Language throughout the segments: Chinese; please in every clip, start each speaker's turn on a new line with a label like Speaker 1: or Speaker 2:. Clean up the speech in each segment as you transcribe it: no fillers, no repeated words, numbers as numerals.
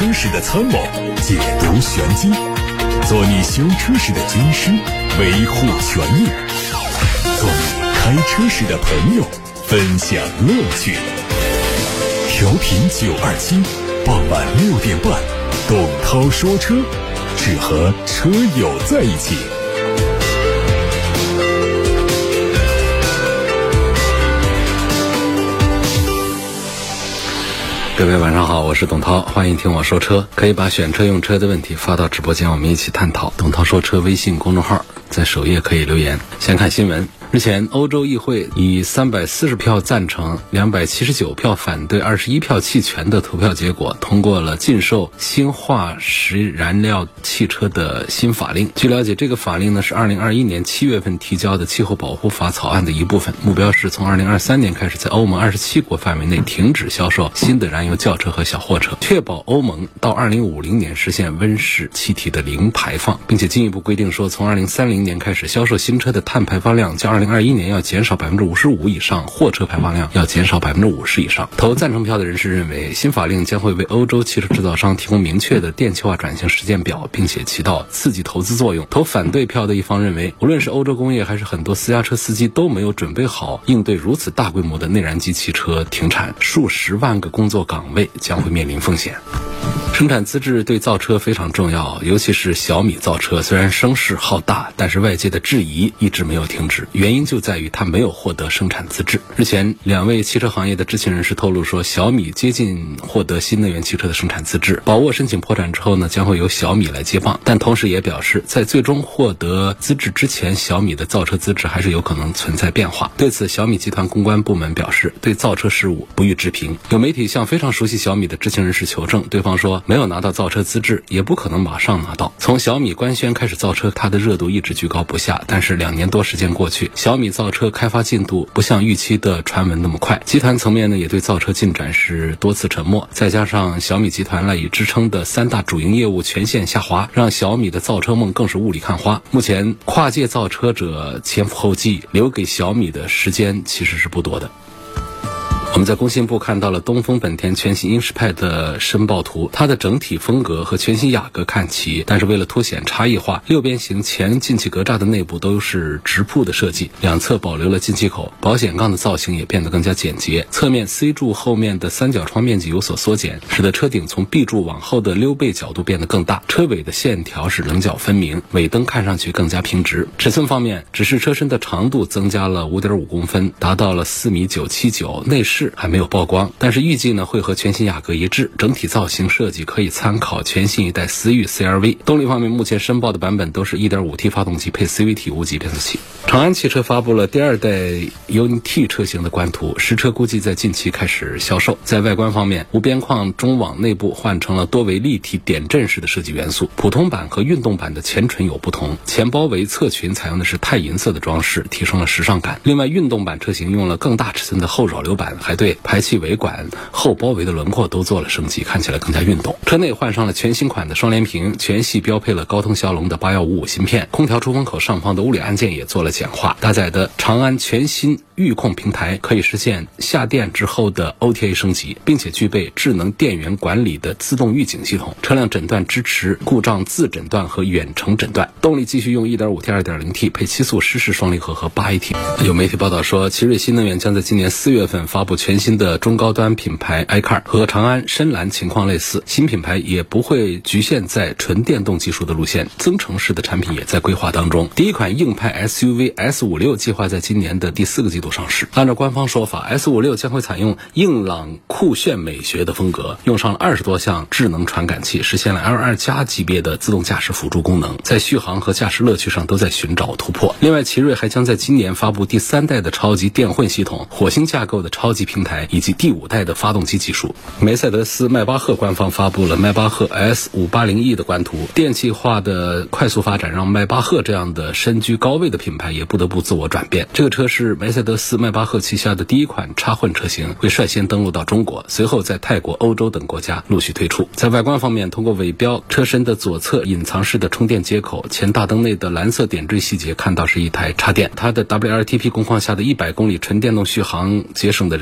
Speaker 1: 车时的参谋，解读玄机，做你修车时的军师，维护权益，做你开车时的朋友，分享乐趣。调频927，傍晚6点半，董涛说车，只和车友在一起。
Speaker 2: 各位晚上好，我是董涛，欢迎听我说车。可以把选车用车的问题发到直播间，我们一起探讨。董涛说车微信公众号在首页可以留言。先看新闻。日前，欧洲议会以340票赞成、279票反对、21票弃权的投票结果，通过了禁售新化石燃料汽车的新法令。据了解，这个法令呢是2021年7月份提交的气候保护法草案的一部分，目标是从2023年开始，在欧盟27国范围内停止销售新的燃油轿车和小货车，确保欧盟到2050年实现温室气体的零排放，并且进一步规定说，从2030年开始，销售新车的碳排放量较2021年要减少55%以上，货车排放量要减少50%以上。投赞成票的人士认为，新法令将会为欧洲汽车制造商提供明确的电气化转型实践表，并且起到刺激投资作用。投反对票的一方认为，无论是欧洲工业还是很多私家车司机都没有准备好应对如此大规模的内燃机汽车停产，数十万个工作岗位将会面临风险。生产资质对造车非常重要，尤其是小米造车，虽然声势浩大，但是外界的质疑一直没有停止，原因就在于它没有获得生产资质。日前，两位汽车行业的知情人士透露说，小米接近获得新能源汽车的生产资质，宝沃申请破产之后呢，将会由小米来接棒，但同时也表示，在最终获得资质之前，小米的造车资质还是有可能存在变化。对此，小米集团公关部门表示，对造车事务不予置评。有媒体向非常熟悉小米的知情人士求证，对方说没有拿到造车资质，也不可能马上拿到。从小米官宣开始造车，它的热度一直居高不下，但是2年多时间过去，小米造车开发进度不像预期的传闻那么快。集团层面呢，也对造车进展是多次沉默，再加上小米集团赖以支撑的3大主营业务全线下滑，让小米的造车梦更是雾里看花。目前跨界造车者前赴后继，留给小米的时间其实是不多的。我们在工信部看到了东风本田全新英仕派的申报图，它的整体风格和全新雅阁看齐，但是为了凸显差异化，6边形前进气格栅的内部都是直瀑的设计，两侧保留了进气口，保险杠的造型也变得更加简洁，侧面 C 柱后面的三角窗面积有所缩减，使得车顶从 B 柱往后的溜背角度变得更大，车尾的线条是棱角分明，尾灯看上去更加平直。尺寸方面，只是车身的长度增加了 5.5 公分，达到了4.979米，内饰还没有曝光，但是预计呢会和全新雅阁一致，整体造型设计可以参考全新一代思域 CR-V。 动力方面，目前申报的版本都是 1.5T 发动机配 CVT 无级变速器。长安汽车发布了第2代 UNI-T 车型的官图，实车估计在近期开始销售。在外观方面，无边框中网内部换成了多维立体点阵式的设计元素，普通版和运动版的前唇有不同，前包围侧裙采用的是钛银色的装饰，提升了时尚感。另外，运动版车型用了更大尺寸的后扰流板，还对排气尾管后包围的轮廓都做了升级，看起来更加运动。车内换上了全新款的双联屏，全系标配了高通骁龙的8155芯片，空调出风口上方的物理按键也做了简化。搭载的长安全新预控平台可以实现下电之后的 OTA 升级，并且具备智能电源管理的自动预警系统，车辆诊断支持故障自诊断和远程诊断。动力继续用 1.5T 2.0T 配7速湿式双离合和 8AT。 有媒体报道说，奇瑞新能源将在今年4月份发布全新的中高端品牌 iCar， 和长安深蓝情况类似，新品牌也不会局限在纯电动技术的路线，增程式的产品也在规划当中。第一款硬派 SUV S56计划在今年的第4个季度上市。按照官方说法， S56将会采用硬朗酷炫美学的风格，用上了20多项智能传感器，实现了 L2+ 级别的自动驾驶辅助功能，在续航和驾驶乐趣上都在寻找突破。另外，奇瑞还将在今年发布第3代的超级电混系统、火星架构的超级平台以及第5代的发动机技术。梅赛德斯迈巴赫官方发布了迈巴赫 S580E 的官图，电气化的快速发展让迈巴赫这样的身居高位的品牌也不得不自我转变。这个车是梅赛德斯迈巴赫旗下的第一款插混车型，会率先登陆到中国，随后在泰国、欧洲等国家陆续推出。在外观方面，通过尾标车身的左侧隐藏式的充电接口，前大灯内的蓝色点缀细节看到是一台插电。它的 WLTP 工况下的100公里纯电动续航节省的燃油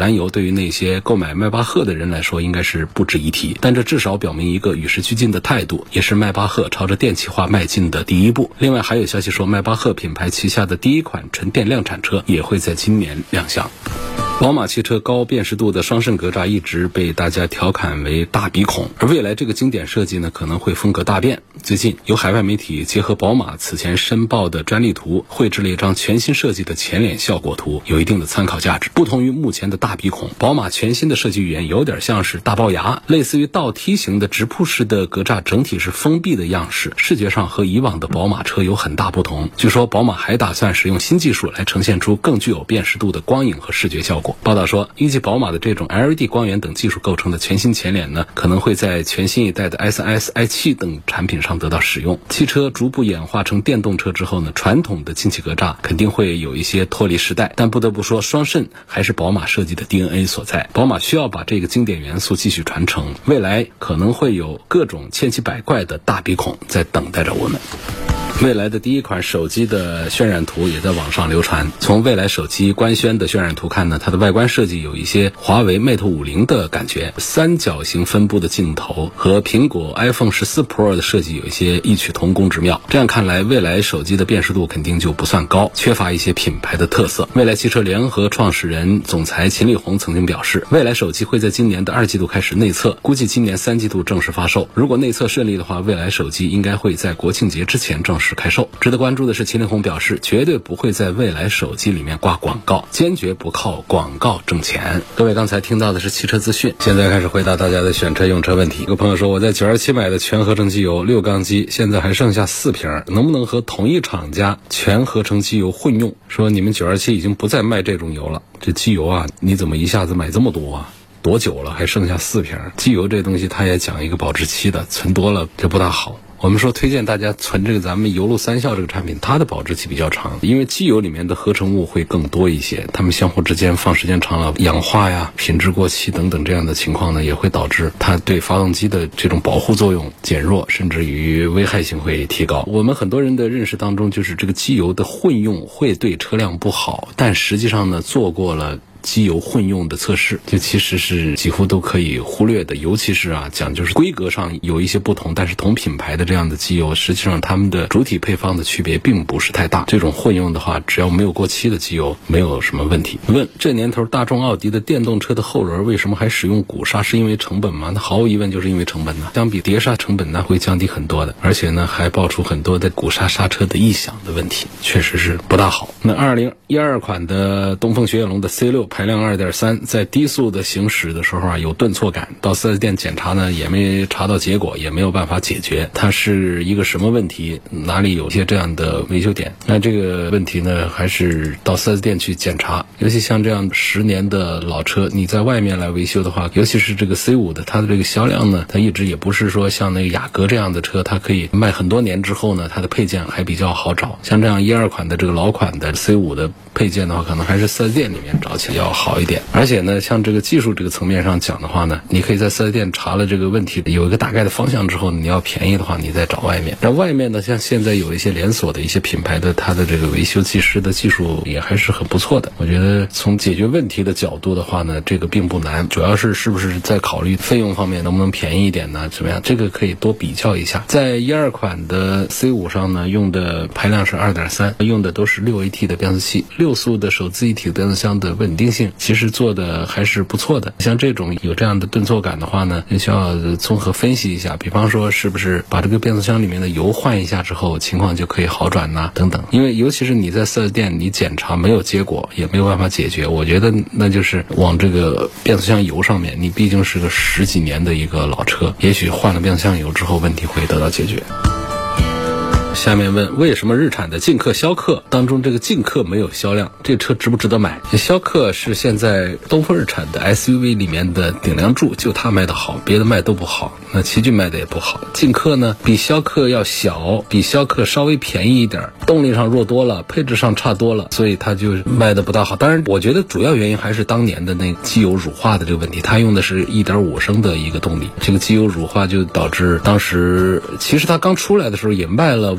Speaker 2: 燃油对于那些购买迈巴赫的人来说应该是不值一提，但这至少表明一个与时俱进的态度，也是迈巴赫朝着电气化迈进的第一步。另外还有消息说，迈巴赫品牌旗下的第一款纯电量产车也会在今年亮相。宝马汽车高辨识度的双肾格栅一直被大家调侃为大鼻孔，而未来这个经典设计呢可能会风格大变。最近有海外媒体结合宝马此前申报的专利图，绘制了一张全新设计的前脸效果图，有一定的参考价值。不同于目前的大鼻孔，宝马全新的设计语言有点像是大龅牙，类似于倒梯形的直瀑式的格栅，整体是封闭的样式，视觉上和以往的宝马车有很大不同。据说宝马还打算使用新技术来呈现出更具有辨识度的光影和视觉效果。报道说，预计宝马的这种 LED 光源等技术构成的全新前脸呢，可能会在全新一代的 SS、i7 等产品上得到使用。汽车逐步演化成电动车之后呢，传统的进气格栅肯定会有一些脱离时代，但不得不说，双肾还是宝马设计的 DNA 所在。宝马需要把这个经典元素继续传承，未来可能会有各种千奇百怪的大鼻孔在等待着我们。未来的第一款手机的渲染图也在网上流传。从未来手机官宣的渲染图看呢，它的外观设计有一些华为 Mate 50的感觉，三角形分布的镜头和苹果 iPhone 14 Pro 的设计有一些异曲同工之妙。这样看来，未来手机的辨识度肯定就不算高，缺乏一些品牌的特色。未来汽车联合创始人总裁秦力红曾经表示，未来手机会在今年的2季度开始内测，估计今年3季度正式发售。如果内测顺利的话，未来手机应该会在国庆节之前正式开售。值得关注的是，秦力红表示绝对不会在未来手机里面挂广告，坚决不靠广告挣钱。各位刚才听到的是汽车资讯，现在开始回答大家的选车用车问题。有个朋友说，我在927买的全合成机油6缸机，现在还剩下4瓶，能不能和同一厂家全合成机油混用？说你们927已经不再卖这种油了，这机油啊，你怎么一下子买这么多啊？多久了还剩下4瓶？机油这东西它也讲一个保质期的，存多了这不大好。我们说推荐大家存这个咱们油路3效这个产品，它的保质期比较长，因为机油里面的合成物会更多一些，它们相互之间放时间长了氧化呀、品质过期等等这样的情况呢，也会导致它对发动机的这种保护作用减弱，甚至于危害性会提高。我们很多人的认识当中，就是这个机油的混用会对车辆不好，但实际上呢，做过了机油混用的测试，就其实是几乎都可以忽略的，尤其是讲就是规格上有一些不同，但是同品牌的这样的机油，实际上它们的主体配方的区别并不是太大。这种混用的话，只要没有过期的机油，没有什么问题。问这年头大众奥迪的电动车的后轮为什么还使用鼓刹？是因为成本吗？那毫无疑问就是因为成本呢。相比碟刹成本呢会降低很多的，而且呢还爆出很多的鼓刹刹车的异响的问题，确实是不大好。那2012款的东风雪铁龙的 C6排量 2.3 在低速的行驶的时候有顿挫感，到 4S 店检查呢也没查到结果，也没有办法解决它是一个什么问题，哪里有些这样的维修点。那这个问题呢还是到 4S 店去检查，尤其像这样10年的老车，你在外面来维修的话，尤其是这个 C5 的，它的这个销量呢，它一直也不是说像那个雅阁这样的车，它可以卖很多年之后呢，它的配件还比较好找。像这样12款的这个老款的 C5 的配件的话，可能还是 4S 店里面找起来要好一点。而且呢，像这个技术这个层面上讲的话呢，你可以在 4S 店查了这个问题有一个大概的方向之后，你要便宜的话你再找外面。那外面呢，像现在有一些连锁的一些品牌的，它的这个维修技师的技术也还是很不错的。我觉得从解决问题的角度的话呢，这个并不难，主要是不是在考虑费用方面能不能便宜一点呢，怎么样，这个可以多比较一下。在12款的 C5 上呢，用的排量是 2.3， 用的都是 6AT 的变速器，6速的手自一体变速箱的稳定性其实做的还是不错的。像这种有这样的顿挫感的话呢，也需要综合分析一下，比方说是不是把这个变速箱里面的油换一下之后情况就可以好转呢等等。因为尤其是你在 4S 店你检查没有结果，也没有办法解决，我觉得那就是往这个变速箱油上面，你毕竟是个10几年的一个老车，也许换了变速箱油之后问题会得到解决。下面问，为什么日产的劲客逍客当中这个劲客没有销量，这车值不值得买？逍客是现在东风日产的 SUV 里面的顶梁柱，就它卖的好，别的卖都不好。那奇骏卖的也不好，劲客呢比逍客要小，比逍客稍微便宜一点，动力上弱多了，配置上差多了，所以它就卖的不大好。当然我觉得主要原因还是当年的那个机油乳化的这个问题，它用的是 1.5 升的一个动力，这个机油乳化就导致当时其实它刚出来的时候也卖了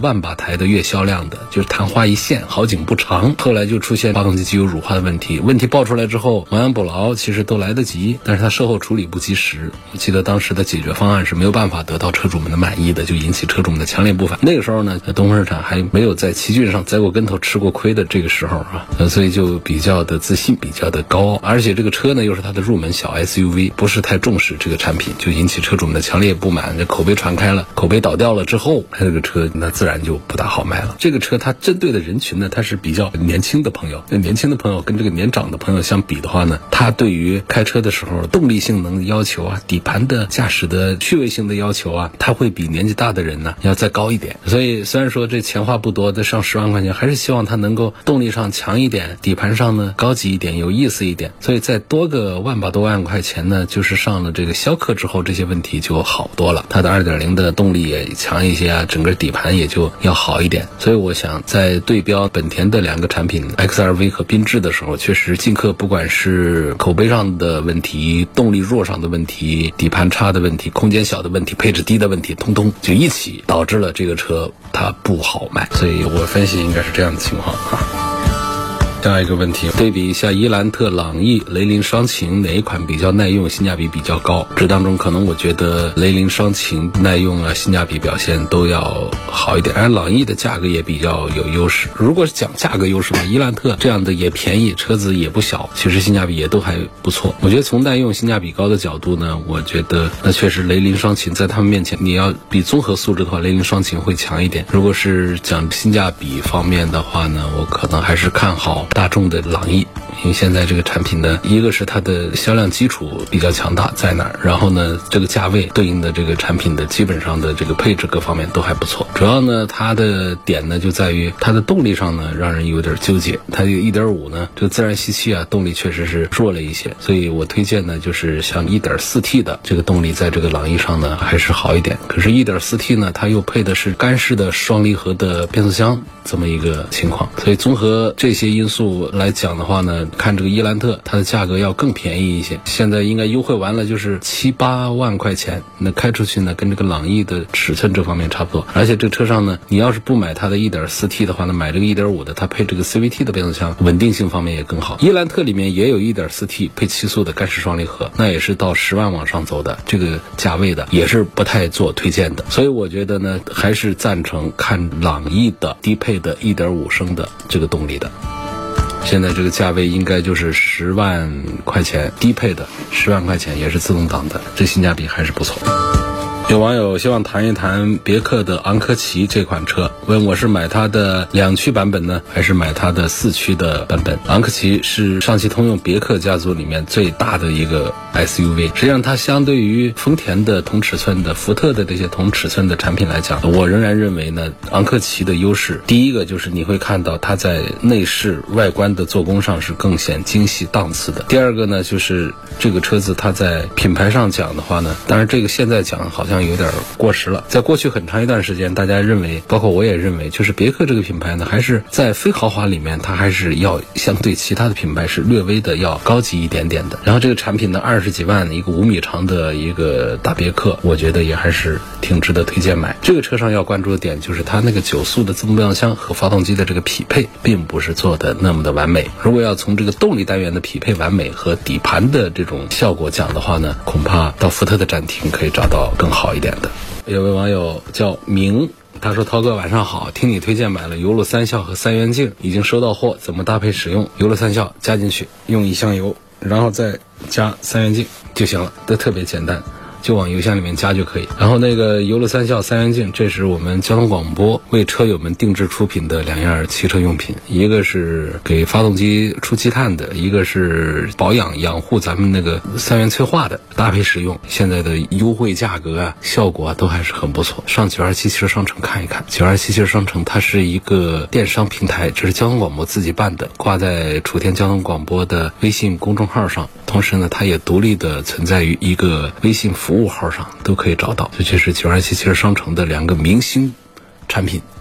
Speaker 2: 万把台的月销量的，就是昙花一现，好景不长。后来就出现发动机机油乳化的问题爆出来之后，亡羊补牢其实都来得及，但是它售后处理不及时。我记得当时的解决方案是没有办法得到车主们的满意的，就引起车主们的强烈不满。那个时候呢，东风日产还没有在奇骏上栽过跟头吃过亏的这个时候啊，所以就比较的自信，比较的高傲，而且这个车呢又是它的入门小 SUV， 不是太重视这个产品，就引起车主们的强烈不满。这口碑传开了，口碑倒掉了之后，它这个车那自然就不大好卖了。这个车它针对的人群呢，它是比较年轻的朋友，年轻的朋友跟这个年长的朋友相比的话呢，它对于开车的时候动力性能的要求啊，底盘的驾驶的趣味性的要求啊，它会比年纪大的人呢要再高一点。所以虽然说这钱花不多，这上10万块钱，还是希望它能够动力上强一点，底盘上呢高级一点，有意思一点。所以再多个万把多万块钱呢，就是上了这个逍客之后，这些问题就好多了。它的 2.0 的动力也强一些啊，整个底盘也就要好一点。所以我想在对标本田的2个产品 XR-V 和缤智的时候，确实劲客不管是口碑上的问题，动力弱上的问题，底盘差的问题，空间小的问题，配置低的问题，通通就一起导致了这个车它不好卖。所以我分析应该是这样的情况啊。下一个问题，对比一下伊兰特、朗逸、雷凌双擎哪一款比较耐用，性价比比较高？这当中可能我觉得雷凌双擎耐用啊，性价比表现都要好一点，而朗逸的价格也比较有优势。如果是讲价格优势嘛，伊兰特这样的也便宜，车子也不小，其实性价比也都还不错。我觉得从耐用性价比高的角度呢，我觉得那确实雷凌双擎在他们面前，你要比综合素质的话，雷凌双擎会强一点。如果是讲性价比方面的话呢，我可能还是看好大众的朗逸，因为现在这个产品呢，一个是它的销量基础比较强大在哪儿，然后呢这个价位对应的这个产品的基本上的这个配置各方面都还不错。主要呢它的点呢就在于它的动力上呢让人有点纠结，它这个 1.5 呢这个自然吸气啊动力确实是弱了一些，所以我推荐呢就是像 1.4T 的这个动力在这个朗逸上呢还是好一点。可是 1.4T 呢它又配的是干式的双离合的变速箱这么一个情况，所以综合这些因素来讲的话呢，看这个伊兰特它的价格要更便宜一些，现在应该优惠完了就是7、8万块钱，那开出去呢跟这个朗逸的尺寸这方面差不多。而且这个车上呢，你要是不买它的 1.4T 的话呢，买这个 1.5 的，它配这个 CVT 的变速箱，稳定性方面也更好。伊兰特里面也有 1.4T 配7速的干式双离合，那也是到10万往上走的，这个价位的也是不太做推荐的。所以我觉得呢，还是赞成看朗逸的低配的 1.5 升的这个动力的。现在这个价位应该就是10万块钱，低配的10万块钱也是自动挡的，这性价比还是不错。有网友希望谈一谈别克的昂科旗这款车，问我是买它的2驱版本呢，还是买它的4驱的版本。昂科旗是上汽通用别克家族里面最大的一个 SUV， 实际上它相对于丰田的同尺寸的、福特的这些同尺寸的产品来讲，我仍然认为呢，昂科旗的优势，第一个就是你会看到它在内饰外观的做工上是更显精细档次的。第二个呢，就是这个车子它在品牌上讲的话呢，当然这个现在讲好像有点过时了。在过去很长一段时间，大家认为，包括我也认为，就是别克这个品牌呢，还是在非豪华里面，它还是要相对其他的品牌是略微的要高级一点点的。然后这个产品呢，20几万一个5米长的一个大别克，我觉得也还是挺值得推荐买。这个车上要关注的点就是它那个9速的自动变速箱和发动机的这个匹配，并不是做的那么的完美。如果要从这个动力单元的匹配完美和底盘的这种效果讲的话呢，恐怕到福特的展厅可以找到更好一点的。有位网友叫明，他说涛哥晚上好，听你推荐买了油路3效和3元镜，已经收到货，怎么搭配使用？油路3效加进去，用1箱油，然后再加3元镜就行了，都特别简单，就往油箱里面加就可以。然后那个油路3效3元镜，这是我们交通广播为车友们定制出品的2样汽车用品，一个是给发动机出积碳的，一个是保养养护咱们那个3元催化的，搭配使用，现在的优惠价格啊，效果啊都还是很不错。上927汽车商城看一看，927汽车商城它是一个电商平台，这是交通广播自己办的，挂在楚天交通广播的微信公众号上，同时呢它也独立的存在于一个微信服务号上，都可以找到。这就是927汽车商城的2个明星产品，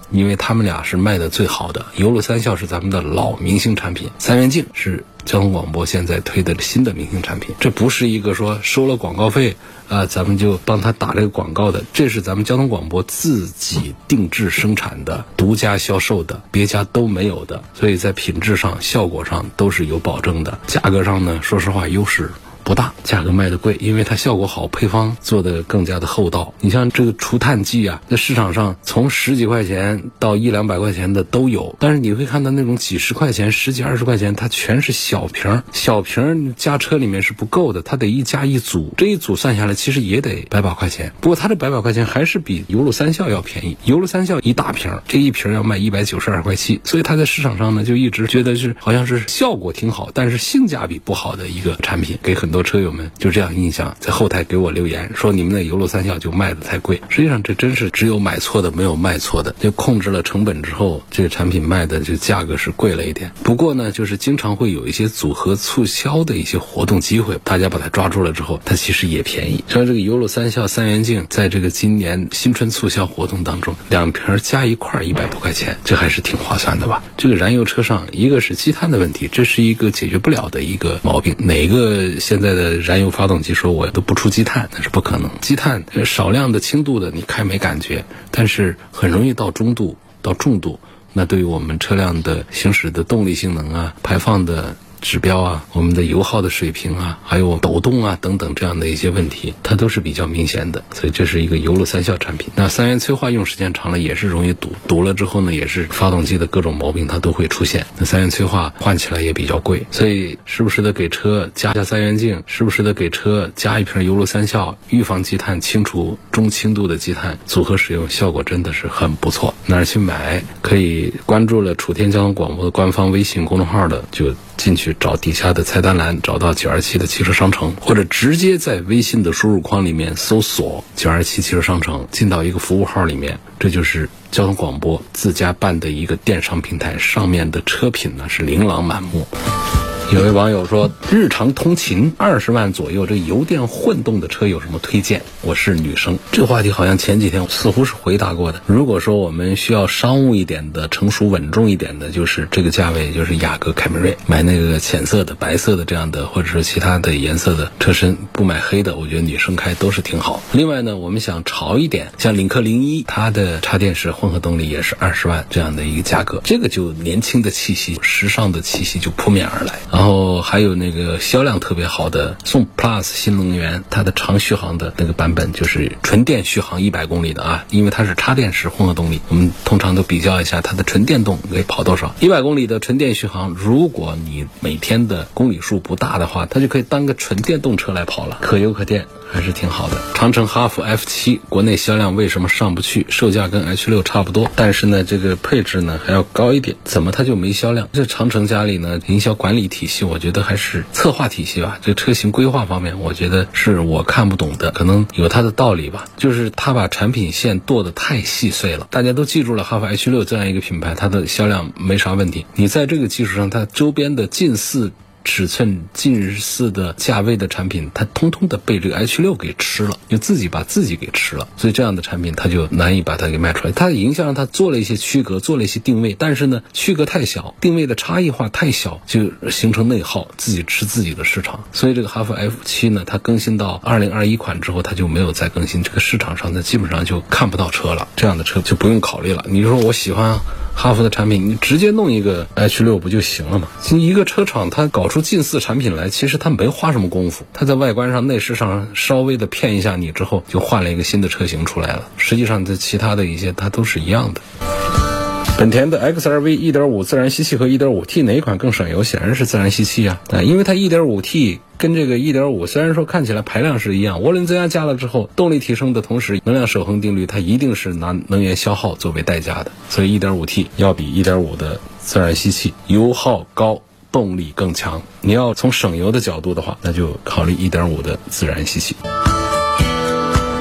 Speaker 2: 因为他们俩是卖的最好的。油路三效是咱们的老明星产品，三元镜是交通广播现在推的新的明星产品。这不是一个说收了广告费咱们就帮他打这个广告的，这是咱们交通广播自己定制生产的，独家销售的，别家都没有的，所以在品质上效果上都是有保证的。价格上呢，说实话优势不大，价格卖的贵，因为它效果好，配方做的更加的厚道。你像这个除碳剂啊，在市场上从10几块钱到100-200块钱的都有，但是你会看到那种几十块钱、10几20块钱，它全是小瓶，小瓶加车里面是不够的，它得一加一组，这一组算下来其实也得100把块钱。不过它这100把块钱还是比油路三效要便宜，油路三效一大瓶，这一瓶要卖192块7，所以它在市场上呢就一直觉得是好像是效果挺好，但是性价比不好的一个产品，给很多车友们就这样印象，在后台给我留言说你们的油路三效就卖的太贵。实际上这真是只有买错的没有卖错的，就控制了成本之后，这个产品卖的就价格是贵了一点。不过呢，就是经常会有一些组合促销的一些活动机会，大家把它抓住了之后，它其实也便宜。像这个油路三效三元镜，在这个今年新春促销活动当中，2瓶加一块100多块钱，这还是挺划算的吧。这个燃油车上一个是积碳的问题，这是一个解决不了的一个毛病，哪个现在的燃油发动机说我都不出积碳，那是不可能。积碳少量的轻度的你开没感觉，但是很容易到中度到重度，那对于我们车辆的行驶的动力性能啊、排放的指标啊、我们的油耗的水平啊，还有抖动啊等等这样的一些问题，它都是比较明显的。所以这是一个油路三效产品。那三元催化用时间长了也是容易堵了之后呢，也是发动机的各种毛病它都会出现。那三元催化换起来也比较贵，所以时不时的给车加三元镜，时不时的给车加一瓶油路三效，预防积碳，清除中轻度的积碳，组合使用效果真的是很不错。哪儿去买？可以关注了楚天交通广播的官方微信公众号的，就进去找底下的菜单栏，找到927的汽车商城，或者直接在微信的输入框里面搜索927汽车商城，进到一个服务号里面，这就是交通广播自家办的一个电商平台，上面的车品呢是琳琅满目。有位网友说，日常通勤20万左右，这油电混动的车有什么推荐？我是女生。这个话题好像前几天似乎是回答过的。如果说我们需要商务一点的、成熟稳重一点的，就是这个价位，就是雅阁、凯美瑞，买那个浅色的、白色的这样的，或者是其他的颜色的车身，不买黑的，我觉得女生开都是挺好。另外呢，我们想潮一点，像领克01，它的插电式混合动力也是20万这样的一个价格，这个就年轻的气息、时尚的气息就扑面而来。然后还有那个销量特别好的宋 Plus 新能源，它的长续航的那个版本就是纯电续航100公里的啊，因为它是插电式混合动力，我们通常都比较一下它的纯电动可以跑多少。100公里的纯电续航，如果你每天的公里数不大的话，它就可以当个纯电动车来跑了，可油可电，还是挺好的。长城哈弗 F7 国内销量为什么上不去？售价跟 H6 差不多，但是呢这个配置呢还要高一点，怎么它就没销量？这长城家里呢营销管理体系，我觉得还是策划体系吧，这车型规划方面我觉得是我看不懂的，可能有它的道理吧。就是他把产品线剁得太细碎了，大家都记住了哈弗 H6 这样一个品牌，它的销量没啥问题，你在这个基础上它周边的近似尺寸近似的价位的产品，它通通的被这个 H6 给吃了，就自己把自己给吃了，所以这样的产品它就难以把它给卖出来。它的营销上它做了一些区隔，做了一些定位，但是呢区隔太小，定位的差异化太小，就形成内耗，自己吃自己的市场。所以这个哈弗 F7 呢，它更新到2021款之后，它就没有再更新，这个市场上它基本上就看不到车了，这样的车就不用考虑了。你说我喜欢哈弗的产品，你直接弄一个 H6 不就行了吗？一个车厂它搞出近似产品来，其实它没花什么功夫，它在外观上内饰上稍微的骗一下你之后，就换了一个新的车型出来了，实际上在其他的一些它都是一样的。本田的 XRV 1.5 自然吸气和 1.5T 哪一款更省油？显然是自然吸气啊，因为它 1.5T 跟这个 1.5 虽然说看起来排量是一样，涡轮增压加了之后，动力提升的同时，能量守恒定律它一定是拿能源消耗作为代价的，所以 1.5T 要比 1.5 的自然吸气油耗高，动力更强。你要从省油的角度的话，那就考虑 1.5 的自然吸气。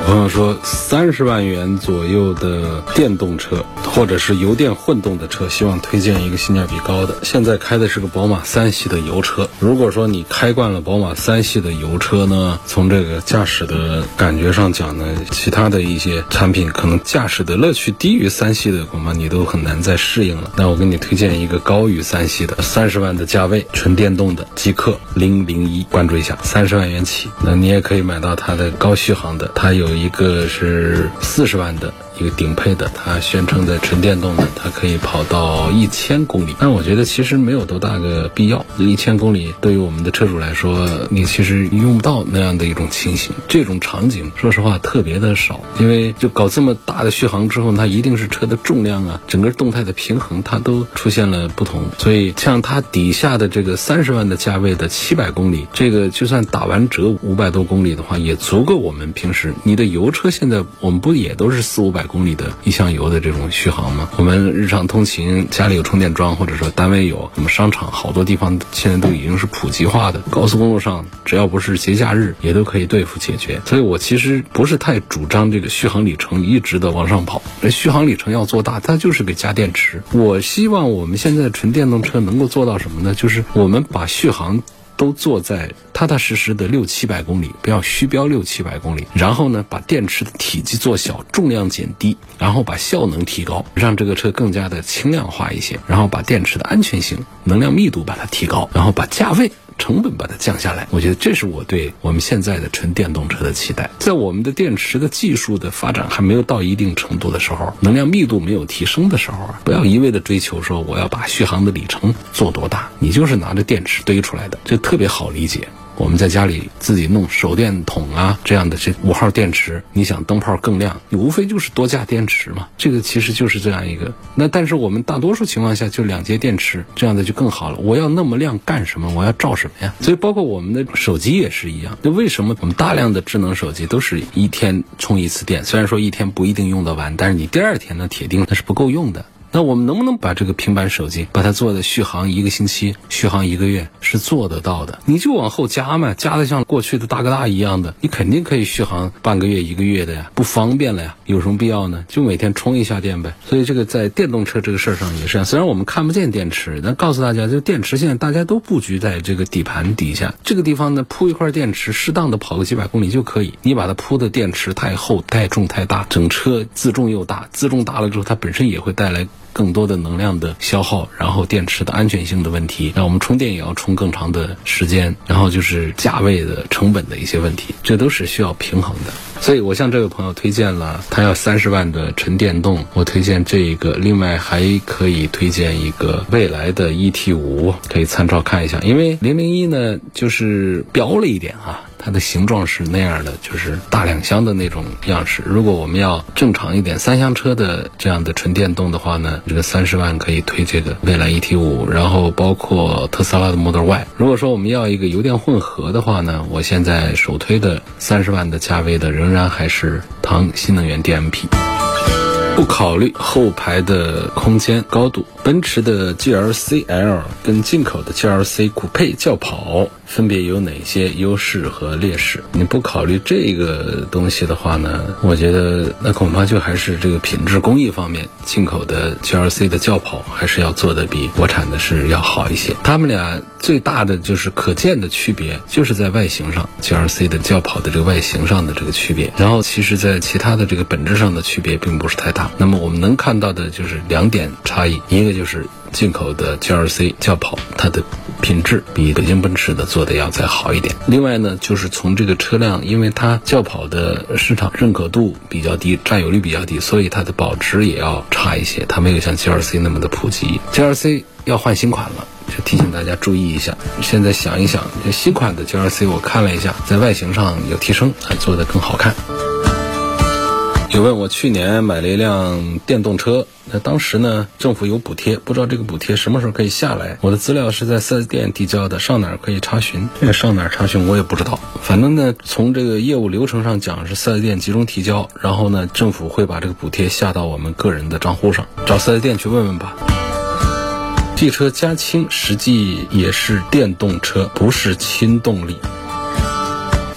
Speaker 2: 朋友说30万元左右的电动车或者是油电混动的车，希望推荐一个性价比高的。现在开的是个宝马3系的油车，如果说你开惯了宝马3系的油车呢，从这个驾驶的感觉上讲呢，其他的一些产品可能驾驶的乐趣低于3系的，恐怕你都很难再适应了。那我给你推荐一个高于3系的30万的价位，纯电动的极氪001，关注一下，30万元起。那你也可以买到它的高续航的，它有一个是40万的一个顶配的，它宣称的纯电动的，它可以跑到1000公里。但我觉得其实没有多大个必要，1000公里对于我们的车主来说，你其实用不到那样的一种情形，这种场景说实话特别的少。因为就搞这么大的续航之后，它一定是车的重量啊，整个动态的平衡它都出现了不同。所以像它底下的这个30万的价位的700公里，这个就算打完折500多公里的话，也足够我们平时你的油车现在我们不也都是400-500公里的一箱油的这种续航吗？我们日常通勤家里有充电桩，或者说单位有，我们商场好多地方现在都已经是普及化的，高速公路上只要不是节假日也都可以对付解决。所以我其实不是太主张这个续航里程一直的往上跑，续航里程要做大，它就是个加电池。我希望我们现在的纯电动车能够做到什么呢？就是我们把续航都做在踏踏实实的600-700公里，不要虚标600-700公里。然后呢，把电池的体积做小，重量减低，然后把效能提高，让这个车更加的轻量化一些，然后把电池的安全性、能量密度把它提高，然后把价位成本把它降下来。我觉得这是我对我们现在的纯电动车的期待。在我们的电池的技术的发展还没有到一定程度的时候，能量密度没有提升的时候，不要一味的追求说我要把续航的里程做多大，你就是拿着电池堆出来的，这特别好理解。我们在家里自己弄手电筒啊，这样的这5号电池，你想灯泡更亮，你无非就是多加电池嘛，这个其实就是这样一个。那但是我们大多数情况下就2节电池，这样的就更好了。我要那么亮干什么？我要照什么呀？所以包括我们的手机也是一样。那为什么我们大量的智能手机都是一天充一次电？虽然说一天不一定用得完，但是你第二天呢，铁定那是不够用的。那我们能不能把这个平板手机把它做的续航1个星期、续航1个月是做得到的？你就往后加嘛，加的像过去的大哥大一样的，你肯定可以续航半个月、1个月的呀，不方便了呀，有什么必要呢？就每天充一下电呗。所以这个在电动车这个事儿上也是这样，虽然我们看不见电池，但告诉大家，这电池现在大家都布局在这个底盘底下，这个地方呢铺一块电池，适当的跑个几百公里就可以。你把它铺的电池太厚、太重、太大，整车自重又大，自重大了之后，它本身也会带来更多的能量的消耗，然后电池的安全性的问题，让我们充电也要充更长的时间，然后就是价位的成本的一些问题，这都是需要平衡的。所以我向这位朋友推荐了他要30万的纯电动，我推荐这一个，另外还可以推荐一个蔚来的 ET5， 可以参照看一下。因为001呢就是标了一点啊，它的形状是那样的，就是大2厢的那种样式。如果我们要正常一点3厢车的这样的纯电动的话呢，这个30万可以推这个蔚来 ET5， 然后包括特斯拉的 Model Y。 如果说我们要一个油电混合的话呢，我现在首推的30万的价位的仍然还是唐新能源 DMP。不考虑后排的空间高度，奔驰的 GLC-L 跟进口的 GLC 酷配轿跑分别有哪些优势和劣势？你不考虑这个东西的话呢，我觉得那恐怕就还是这个品质工艺方面，进口的 GLC 的轿跑还是要做的比国产的是要好一些。他们俩最大的就是可见的区别就是在外形上， GLC 的轿跑的这个外形上的这个区别，然后其实在其他的这个本质上的区别并不是太大。那么我们能看到的就是2点差异，一个就是进口的 GLC 轿跑它的品质比北京奔驰的做的要再好一点。另外呢，就是从这个车辆，因为它轿跑的市场认可度比较低，占有率比较低，所以它的保值也要差一些，它没有像 GLC 那么的普及。 GLC 要换新款了，就提醒大家注意一下。现在想一想，这新款的 GLC 我看了一下，在外形上有提升，做得更好看。有问我去年买了一辆电动车，那当时呢政府有补贴，不知道这个补贴什么时候可以下来。我的资料是在 4S 店递交的，上哪儿可以查询？这个上哪儿查询我也不知道。反正呢从这个业务流程上讲是 4S 店集中提交，然后呢政府会把这个补贴下到我们个人的账户上，找 4S 店去问问吧。汽车加氢实际也是电动车，不是氢动力。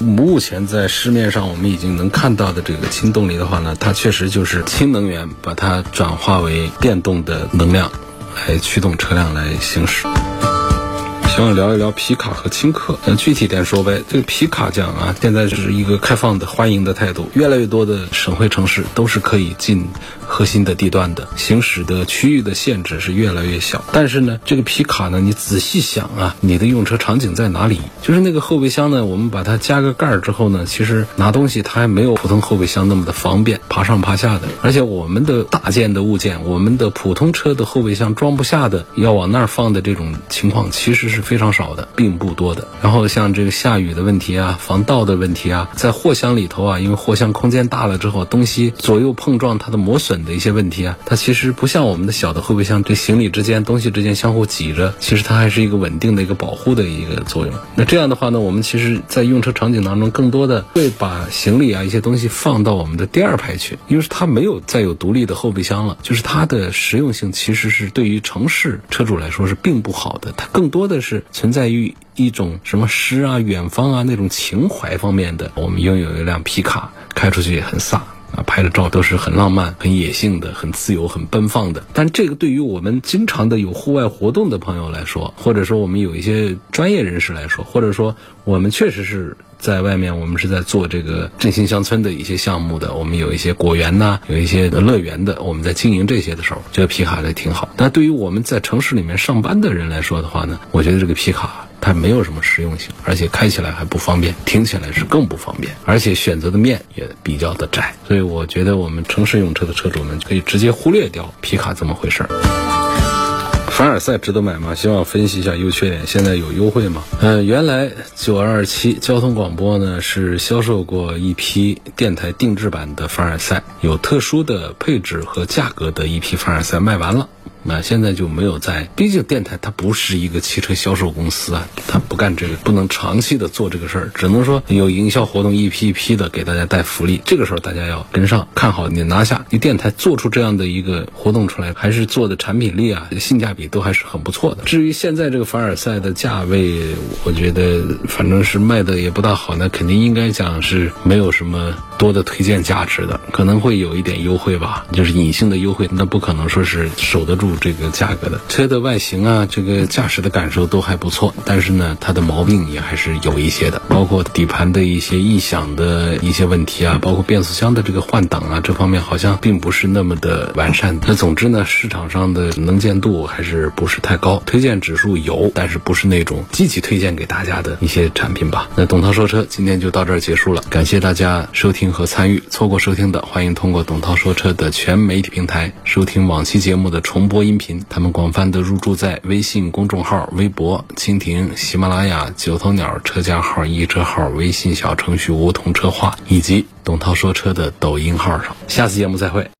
Speaker 2: 目前在市面上我们已经能看到的这个氢动力的话呢，它确实就是氢能源把它转化为电动的能量来驱动车辆来行驶。希望聊一聊皮卡和轻客。具体点说呗，这个皮卡讲啊，现在是一个开放的欢迎的态度，越来越多的省会城市都是可以进核心的地段的，行驶的区域的限制是越来越小。但是呢，这个皮卡呢，你仔细想啊，你的用车场景在哪里？就是那个后备箱呢，我们把它加个盖儿之后呢，其实拿东西它还没有普通后备箱那么的方便，爬上爬下的。而且我们的大件的物件，我们的普通车的后备箱装不下的，要往那儿放的这种情况，其实是非常少的，并不多的。然后像这个下雨的问题啊，防盗的问题啊，在货箱里头啊，因为货箱空间大了之后，东西左右碰撞它的磨损的一些问题啊，它其实不像我们的小的后备箱，这行李之间东西之间相互挤着，其实它还是一个稳定的一个保护的一个作用。那这样的话呢，我们其实在用车场景当中更多的会把行李啊一些东西放到我们的第二排去，因为它没有再有独立的后备箱了，就是它的实用性其实是对于城市车主来说是并不好的，它更多的是存在于一种什么诗啊、远方啊那种情怀方面的。我们拥有一辆皮卡，开出去也很飒啊，拍的照都是很浪漫、很野性的、很自由、很奔放的。但这个对于我们经常的有户外活动的朋友来说，或者说我们有一些专业人士来说，或者说我们确实是在外面，我们是在做这个振兴乡村的一些项目的，我们有一些果园呐，有一些乐园的，我们在经营这些的时候，这个皮卡也挺好。但对于我们在城市里面上班的人来说的话呢，我觉得这个皮卡它没有什么实用性，而且开起来还不方便，停起来是更不方便，而且选择的面也比较的窄。所以我觉得我们城市用车的车主们可以直接忽略掉皮卡这么回事儿。凡尔赛值得买吗？希望分析一下优缺点。现在有优惠吗？原来9227交通广播呢是销售过一批电台定制版的凡尔赛，有特殊的配置和价格的一批凡尔赛卖完了。那现在就没有在，毕竟电台它不是一个汽车销售公司啊，它不干这个，不能长期的做这个事儿，只能说有营销活动一批一批的给大家带福利，这个时候大家要跟上，看好你拿下。你电台做出这样的一个活动出来，还是做的产品力啊、性价比都还是很不错的。至于现在这个凡尔赛的价位，我觉得反正是卖的也不大好，那肯定应该讲是没有什么多的推荐价值的，可能会有一点优惠吧，就是隐性的优惠，那不可能说是守得住这个价格的。车的外形啊，这个驾驶的感受都还不错，但是呢它的毛病也还是有一些的，包括底盘的一些异响的一些问题啊，包括变速箱的这个换挡啊，这方面好像并不是那么的完善。那总之呢，市场上的能见度还是不是太高，推荐指数有，但是不是那种积极推荐给大家的一些产品吧。那董涛说车今天就到这儿结束了，感谢大家收听和参与，错过收听的欢迎通过董涛说车的全媒体平台收听往期节目的重播音频，他们广泛的入驻在微信公众号、微博、蜻蜓、喜马拉雅、九头鸟车架号、易车号、微信小程序梧桐车话以及董涛说车的抖音号上。下次节目再会。